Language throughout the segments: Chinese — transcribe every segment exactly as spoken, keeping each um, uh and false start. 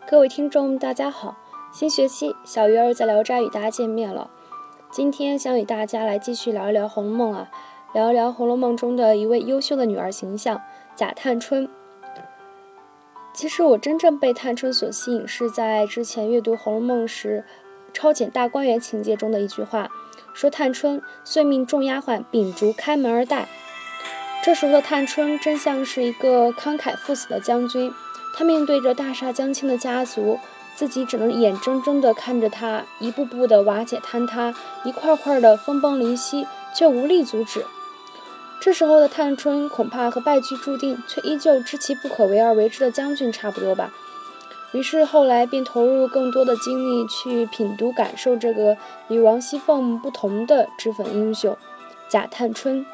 各位听众大家好，新学期小鱼儿在聊斋与大家见面了。今天想与大家来继续聊一聊《红楼梦》啊，聊一聊《红楼梦》中的一位优秀的女儿形象贾探春。其实我真正被探春所吸引，是在之前阅读《红楼梦》时超检大观园情节中的一句话，说探春遂命众丫鬟秉烛开门而待。这时候的探春真像是一个慷慨赴死的将军，她面对着大厦将倾的家族，自己只能眼睁睁地看着他一步步的瓦解坍塌，一块块的分崩离析，却无力阻止。这时候的探春恐怕和败局注定却依旧知其不可为而为之的将军差不多吧。于是后来便投入更多的精力去品读感受这个与王熙凤不同的脂粉英雄贾探春。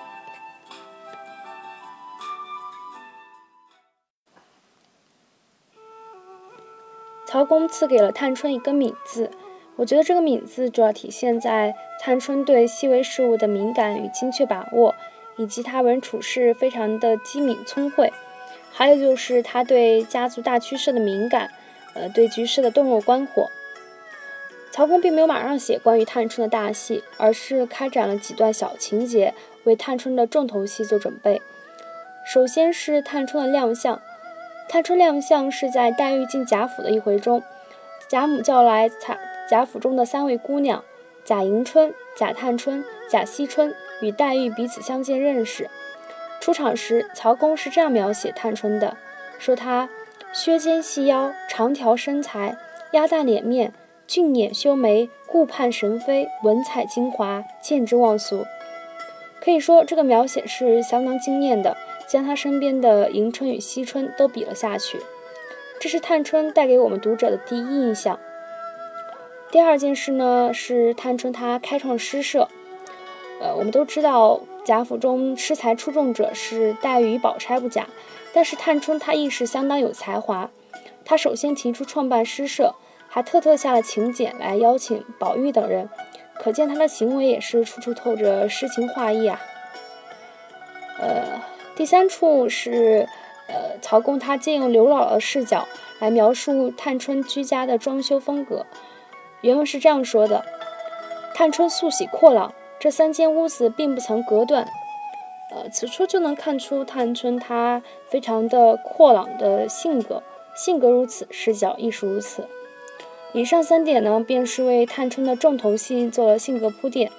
曹公赐给了探春一个敏字，我觉得这个敏字主要体现在探春对细微事物的敏感与精确把握，以及她为人处事非常的机敏聪慧，还有就是她对家族大趋势的敏感，呃，对局势的洞若观火。曹公并没有马上写关于探春的大戏，而是开展了几段小情节，为探春的重头戏做准备。首先是探春的亮相。探春亮相是在黛玉进贾府的一回中，贾母叫来贾府中的三位姑娘贾迎春、贾探春、贾惜春与黛玉彼此相见认识。出场时，曹公是这样描写探春的，说她削肩细腰，长条身材，鸭蛋脸面，俊脸修眉，顾盼神飞，文采精华，见之忘俗。可以说这个描写是相当惊艳的，将他身边的迎春与惜春都比了下去。这是探春带给我们读者的第一印象。第二件事呢，是探春她开创诗社。呃，我们都知道贾府中诗才出众者是黛玉与宝钗不假，但是探春她亦是相当有才华。她首先提出创办诗社，还特特下了请柬来邀请宝玉等人，可见她的行为也是处处透着诗情画意啊。呃。第三处是，呃，曹公他借用刘姥姥的视角来描述探春居家的装修风格。原文是这样说的：探春素喜阔朗，这三间屋子并不曾隔断。呃，此处就能看出探春她非常的阔朗的性格，性格如此，视角亦是如此。以上三点呢，便是为探春的重头戏做了性格铺垫。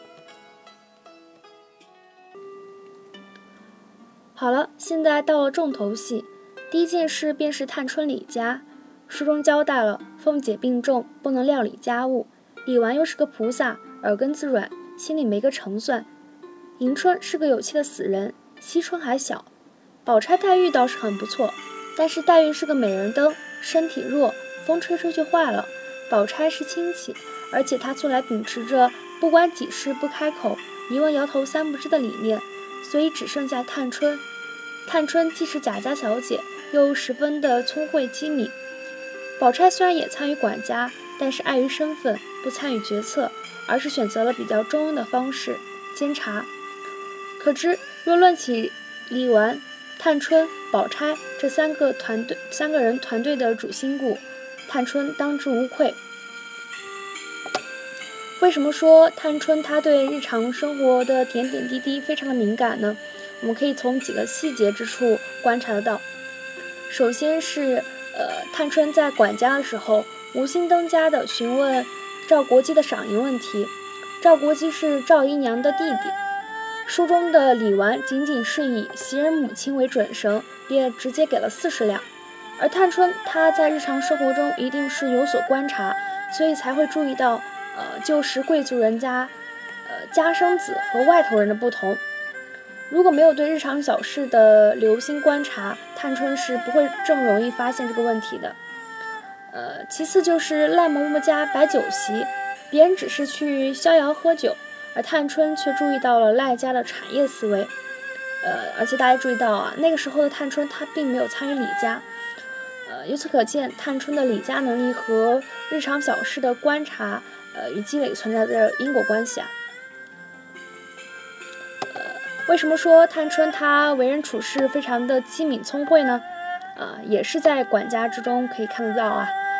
好了，现在到了重头戏，第一件事便是探春李家。书中交代了，凤姐病重，不能料理家务，李纨又是个菩萨，耳根子软，心里没个成算。迎春是个有气的死人，惜春还小，宝钗黛玉倒是很不错，但是黛玉是个美人灯，身体弱，风吹吹就坏了。宝钗是亲戚，而且她素来秉持着不关己事不开口，一问摇头三不知的理念，所以只剩下探春。探春既是贾家小姐，又十分的聪慧机敏。宝钗虽然也参与管家，但是碍于身份不参与决策，而是选择了比较中庸的方式监察。可知若论起李纨、探春、宝钗这三个团队三个人团队的主心骨，探春当之无愧。为什么说探春她对日常生活的点点滴滴非常的敏感呢？我们可以从几个细节之处观察得到。首先是呃，探春在管家的时候无心登家的询问赵国基的赏银问题。赵国基是赵姨娘的弟弟，书中的李纨仅仅是以袭人母亲为准绳，便直接给了四十两。而探春她在日常生活中一定是有所观察，所以才会注意到呃旧时贵族人家呃家生子和外头人的不同。如果没有对日常小事的留心观察，探春是不会这么容易发现这个问题的。呃，其次就是赖嬷嬷家摆酒席，别人只是去逍遥喝酒，而探春却注意到了赖家的产业思维。呃，而且大家注意到啊，那个时候的探春她并没有参与李家。呃，由此可见，探春的理家能力和日常小事的观察，呃，与积累存在着因果关系啊。为什么说探春她为人处事非常的机敏聪慧呢？啊、呃，也是在管家之中可以看得到啊。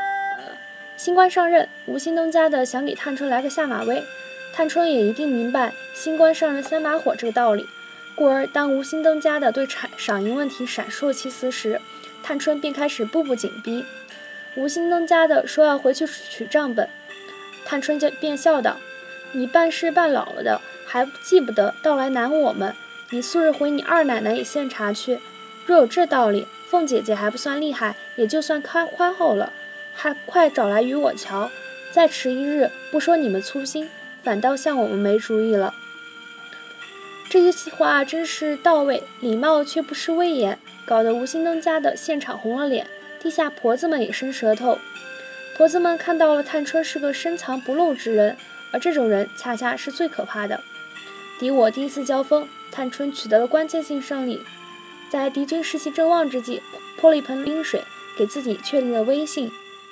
新官上任，吴兴东家的想给探春来个下马威，探春也一定明白新官上任三把火这个道理。故而当吴兴东家的对赏银问题闪烁其词时，探春便开始步步紧逼。吴兴东家的说要回去取账本，探春就便笑道：“你办事办老了的，还记不得到来难我们？你素日回你二奶奶也献茶去。若有这道理，凤姐姐还不算厉害，也就算宽宽厚了，还快找来与我瞧。再迟一日，不说你们粗心，反倒像我们没主意了。”这些话真是到位，礼貌却不失威严，搞得吴兴东家的现场红了脸，地下婆子们也伸舌头。婆子们看到了探春是个深藏不露之人，而这种人恰恰是最可怕的。敌我第一次交锋，探春取得了关键性胜利，在敌军士气正旺之际，泼了一盆冰水，给自己确立了威信。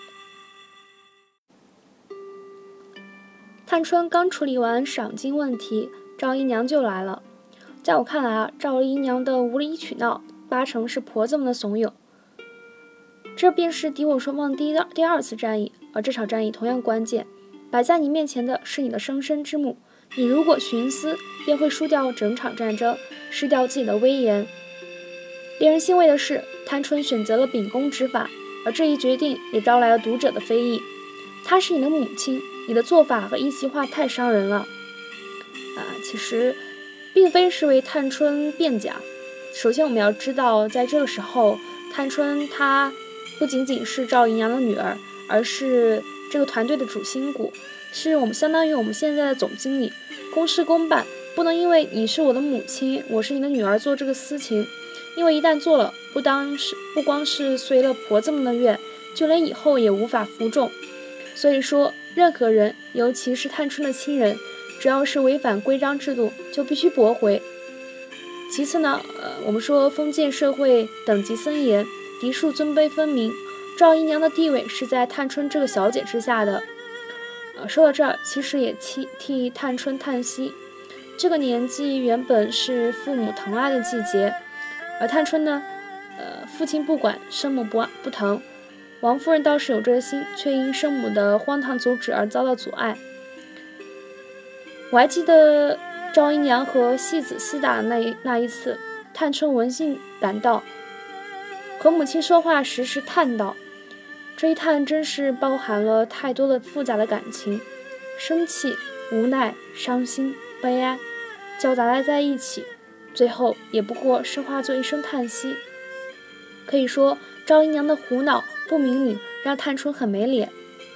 探春刚处理完赏金问题，赵姨娘就来了。在我看来啊，赵姨娘的无理取闹，八成是婆子们的怂恿。这便是敌我双方第一第二次战役，而这场战役同样关键。摆在你面前的是你的生身之母，你如果徇私，便会输掉整场战争，失掉自己的威严。令人欣慰的是，探春选择了秉公执法，而这一决定也招来了读者的非议。她是你的母亲，你的做法和一席话太伤人了。啊，其实并非是为探春辩解。首先我们要知道，在这个时候，探春她不仅仅是赵姨娘的女儿，而是这个团队的主心骨，是我们相当于我们现在的总经理，公事公办，不能因为你是我的母亲，我是你的女儿做这个私情，因为一旦做了，不当是不光是随了婆子们的愿，就连以后也无法服众。所以说，任何人，尤其是探春的亲人，只要是违反规章制度，就必须驳回。其次呢，呃，我们说封建社会等级森严，嫡庶尊卑分明，赵姨娘的地位是在探春这个小姐之下的。呃，说到这儿，其实也替替探春叹息。这个年纪原本是父母疼爱的季节，而探春呢，呃，父亲不管，生母不不疼。王夫人倒是有这心，却因生母的荒唐阻止而遭到阻碍。我还记得赵姨娘和戏子厮打的那一那一次，探春闻讯赶到，和母亲说话时是叹道，这一叹真是包含了太多的复杂的感情，生气、无奈、伤心、悲哀，交杂在一起，最后也不过是化作一声叹息。可以说，赵姨娘的胡闹不明理，让探春很没脸。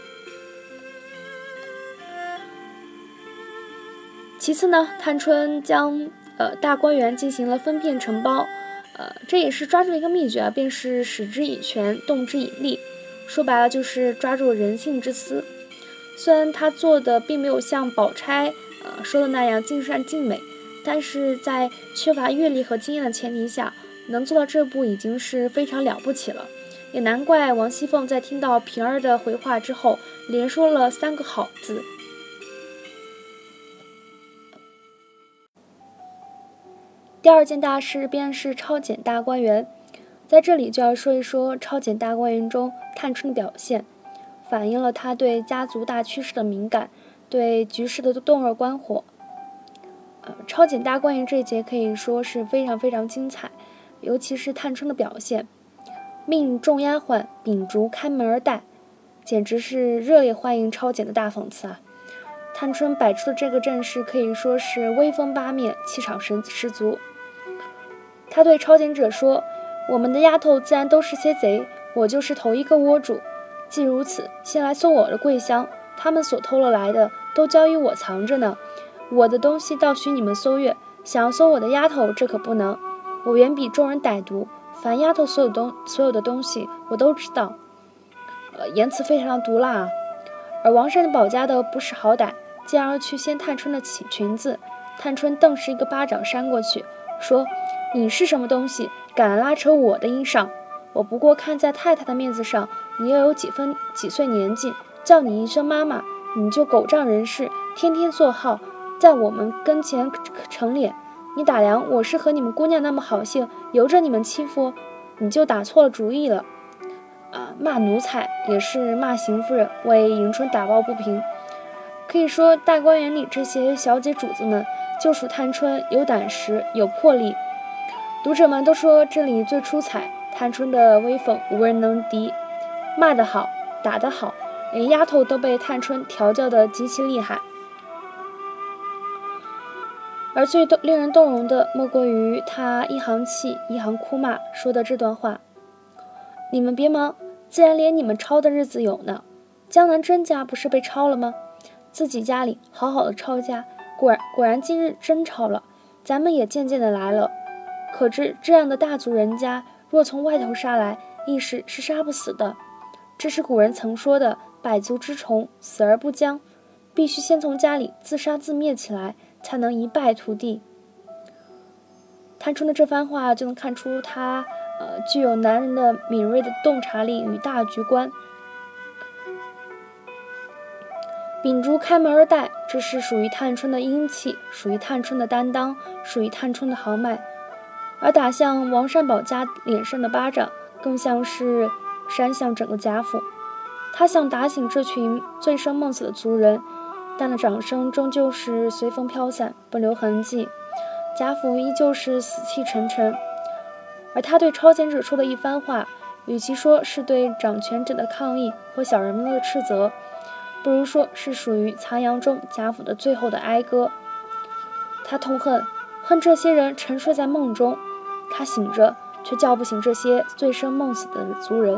其次呢，探春将呃大观园进行了分片承包，呃，这也是抓住了一个秘诀啊，便是使之以权，动之以利。说白了就是抓住人性之私。虽然他做的并没有像宝钗呃说的那样尽善尽美，但是在缺乏阅历和经验的前提下，能做到这步已经是非常了不起了。也难怪王熙凤在听到平儿的回话之后，连说了三个好字。第二件大事便是抄检大观园，在这里就要说一说抄检大观园中探春的表现，反映了她对家族大趋势的敏感，对局势的洞若观火。呃，抄检大观园这一节可以说是非常非常精彩，尤其是探春的表现，命众丫鬟秉烛开门而待，简直是热烈欢迎抄检的大讽刺啊！探春摆出的这个阵势可以说是威风八面，气场十十足。他对抄检者说，我们的丫头自然都是些贼，我就是头一个窝主。既如此，先来搜我的柜箱，他们所偷了来的都交于我藏着呢，我的东西倒许你们搜阅，想要搜我的丫头，这可不能。我远比众人歹毒，凡丫头所有东所有的东西我都知道。呃，言辞非常的毒辣啊。而王善保家的不识好歹，进而去掀探春的裙子，探春瞪是一个巴掌扇过去，说，你是什么东西，敢拉扯我的衣裳？我不过看在太太的面子上，你又有几分几岁年纪，叫你一声妈妈，你就狗仗人势，天天作号，在我们跟前成脸。你打量我是和你们姑娘那么好性，由着你们欺负，你就打错了主意了。 啊骂奴才，也是骂邢夫人，为迎春打抱不平。可以说，大观园里这些小姐主子们，就属探春有胆识、有魄力。读者们都说这里最出彩，探春的威风无人能敌，骂得好，打得好，连丫头都被探春调教得极其厉害。而最令人动容的，莫过于她一行气一行哭骂说的这段话：你们别忙，既然连你们抄的日子有呢，江南甄家不是被抄了吗？自己家里好好的抄家，果然果然今日真抄了，咱们也渐渐的来了。可知这样的大族人家，若从外头杀来，一时是杀不死的。这是古人曾说的百足之虫，死而不僵，必须先从家里自杀自灭起来，才能一败涂地。探春的这番话就能看出她呃具有男人的敏锐的洞察力与大局观。秉烛开门而待，这是属于探春的英气，属于探春的担当，属于探春的豪迈。而打向王善保家脸上的巴掌，更像是扇向整个贾府。他想打醒这群醉生梦死的族人，但那掌声终究是随风飘散，不留痕迹。贾府依旧是死气沉沉。而他对抄检者说的一番话，与其说是对掌权者的抗议和小人们的斥责，不如说是属于残阳中贾府的最后的哀歌。他痛恨恨这些人沉睡在梦中，他醒着却叫不醒这些醉生梦死的族人。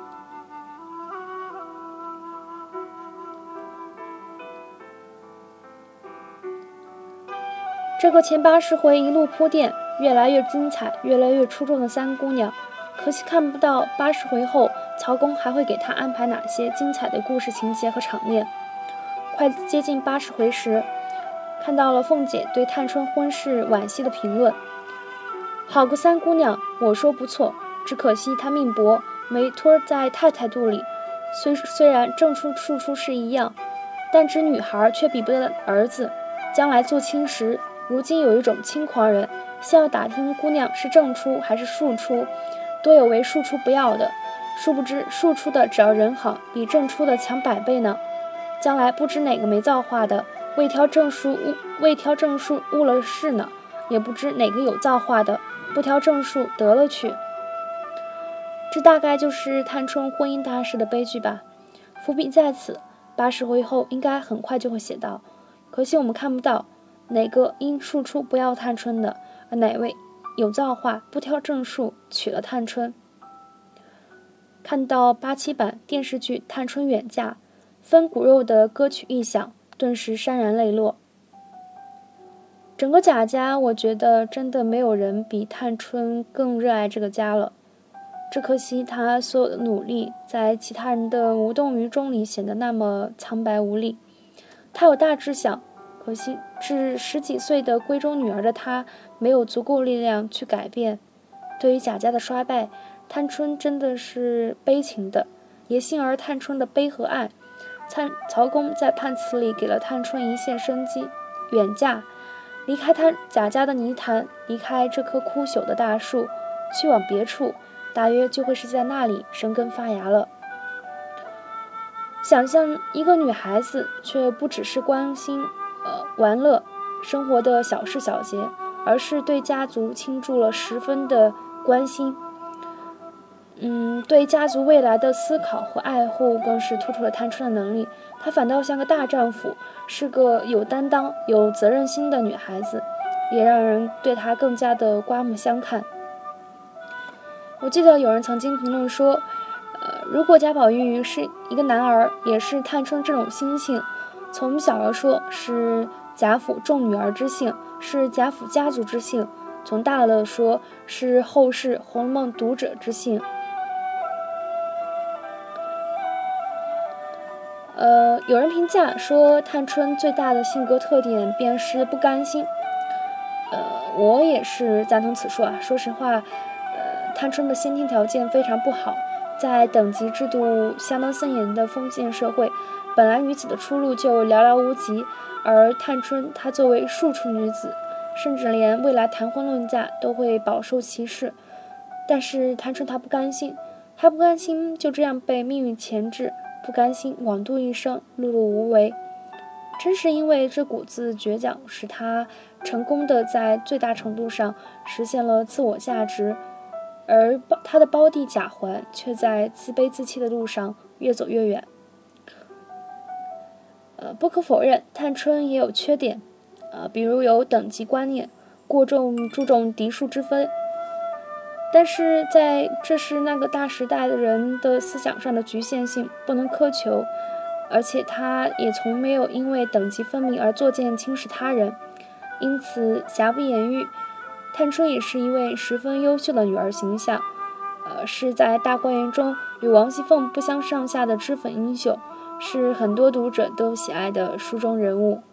这个前八十回一路铺垫，越来越精彩，越来越出众的三姑娘，可惜看不到八十回后曹公还会给她安排哪些精彩的故事情节和场面。快接近八十回时，看到了凤姐对探春婚事惋惜的评论：好个三姑娘，我说不错，只可惜她命薄，没托在太太肚里。虽虽然正出庶出是一样，但只女孩却比不得儿子，将来做亲时，如今有一种轻狂人，先要打听姑娘是正出还是庶出，多有为庶出不要的，殊不知庶出的只要人好，比正出的强百倍呢。将来不知哪个没造化的，未挑正数误未挑正数误了事呢，也不知哪个有造化的，不挑正数得了去。这大概就是探春婚姻大事的悲剧吧。伏笔在此，八十回后应该很快就会写到。可惜我们看不到哪个因庶出不要探春的，而哪位有造化不挑正数娶了探春。看到八七版电视剧《探春远嫁》，分骨肉的歌曲一响，顿时潸然泪落。整个贾家，我觉得真的没有人比探春更热爱这个家了。只可惜她所有的努力，在其他人的无动于衷里显得那么苍白无力。她有大志向，可惜至十几岁的闺中女儿的她，没有足够力量去改变。对于贾家的衰败，探春真的是悲情的，也幸而探春的悲和爱。曹公在判词里给了探春一线生机，远嫁，离开他贾家的泥潭，离开这棵枯朽的大树，去往别处，大约就会是在那里生根发芽了。想象一个女孩子，却不只是关心呃玩乐生活的小事小节，而是对家族倾注了十分的关心。嗯，对家族未来的思考和爱护，更是突出了探春的能力。她反倒像个大丈夫，是个有担当、有责任心的女孩子，也让人对她更加的刮目相看。我记得有人曾经评论说，呃，如果贾宝玉是一个男儿，也是探春这种心性，从小来说是贾府众女儿之幸，是贾府家族之幸；从大了说，是后世《红楼梦》读者之幸。呃，有人评价说，探春最大的性格特点便是不甘心。呃，我也是赞同此说啊。说实话，呃，探春的先天条件非常不好，在等级制度相当森严的封建社会，本来女子的出路就寥寥无几，而探春她作为庶出女子，甚至连未来谈婚论嫁都会饱受歧视。但是探春她不甘心， 他不甘心就这样被命运钳制，不甘心枉度一生，碌碌无为。正是因为这股子倔强，使他成功的在最大程度上实现了自我价值，而他的胞弟贾环却在自卑自弃的路上越走越远。呃，不可否认，探春也有缺点，呃，比如有等级观念，过重注重嫡庶之分。但是在这是那个大时代的人的思想上的局限性，不能苛求。而且他也从没有因为等级分明而作践轻视他人，因此瑕不掩瑜，探春也是一位十分优秀的女儿形象，呃，是在大观园中与王熙凤不相上下的脂粉英雄，是很多读者都喜爱的书中人物。